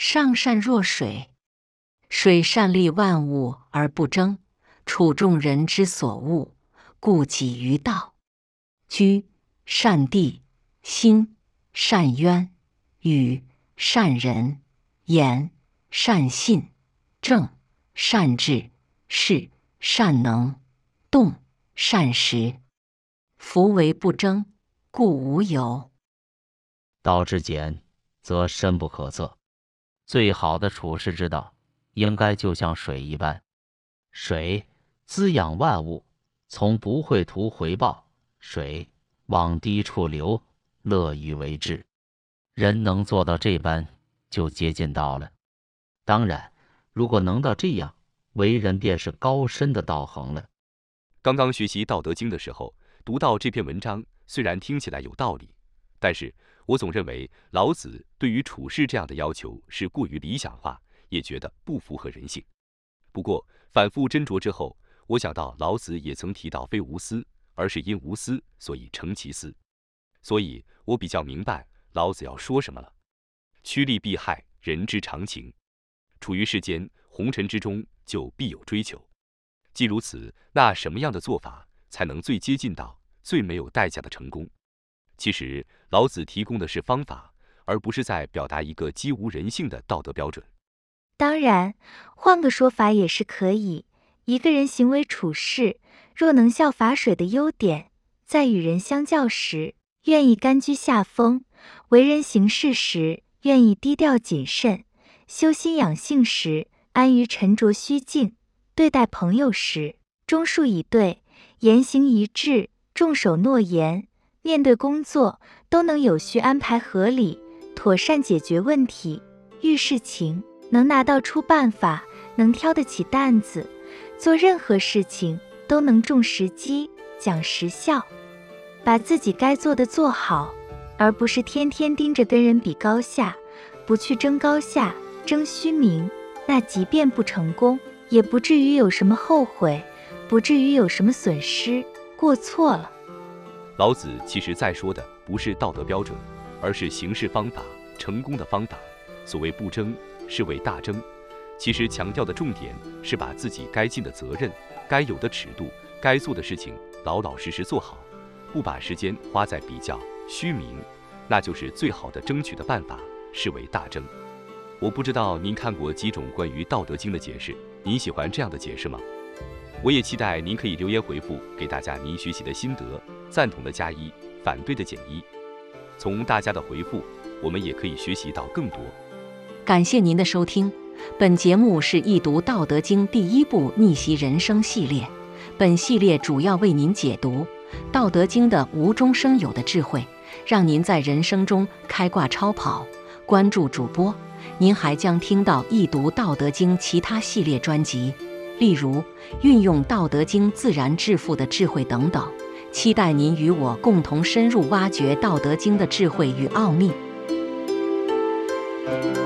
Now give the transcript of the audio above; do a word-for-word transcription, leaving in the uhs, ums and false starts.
上善若水，水善利万物而不争，处众人之所恶，故几于道。居善地，心善渊，语善人，言善信，正善治，事善能，动善时。夫为不争，故无有。 道之简，则深不可测。最好的处世之道，应该就像水一般，水滋养万物，从不会图回报，水往低处流，乐于为之。人能做到这般，就接近道了。当然，如果能到这样，为人便是高深的道行了。 刚刚学习《道德经》的时候，读到这篇文章，虽然听起来有道理，但是我总认为老子对于处世这样的要求是过于理想化，也觉得不符合人性。不过反复斟酌之后，我想到老子也曾提到非无私，而是因无私，所以成其私。所以我比较明白老子要说什么了。趋利避害，人之常情。处于世间红尘之中，就必有追求。既如此，那什么样的做法才能最接近到最没有代价的成功？其实老子提供的是方法，而不是在表达一个几无人性的道德标准。 当然，换个说法也是可以。一个人行为处事，若能效法水的优点，在与人相交时，愿意甘居下风；为人行事时，愿意低调谨慎；修心养性时，安于沉着虚静；对待朋友时，忠恕以对，言行一致，重守诺言；面对工作，都能有序安排合理，妥善解决问题；遇事情，能拿到出办法，能挑得起担子；做任何事情都能重时机，讲实效，把自己该做的做好，而不是天天盯着跟人比高下，不去争高下，争虚名，那即便不成功，也不至于有什么后悔，不至于有什么损失，过错了。 老子其实在说的不是道德标准，而是行事方法，成功的方法。所谓不争，是为大争。其实强调的重点是把自己该尽的责任、该有的尺度、该做的事情老老实实做好，不把时间花在比较、虚名，那就是最好的争取的办法，是为大争。我不知道您看过几种关于《道德经》的解释，您喜欢这样的解释吗？我也期待您可以留言回复，给大家您学习的心得，赞同的加一，反对的减一。从大家的回复，我们也可以学习到更多。 感谢您的收听，本节目是易读《道德经》第一部逆袭人生系列。本系列主要为您解读《道德经》的无中生有的智慧，让您在人生中开挂超跑。关注主播，您还将听到易读《道德经》其他系列专辑，例如运用《道德经》自然致富的智慧等等。期待您与我共同深入挖掘《道德经》的智慧与奥秘。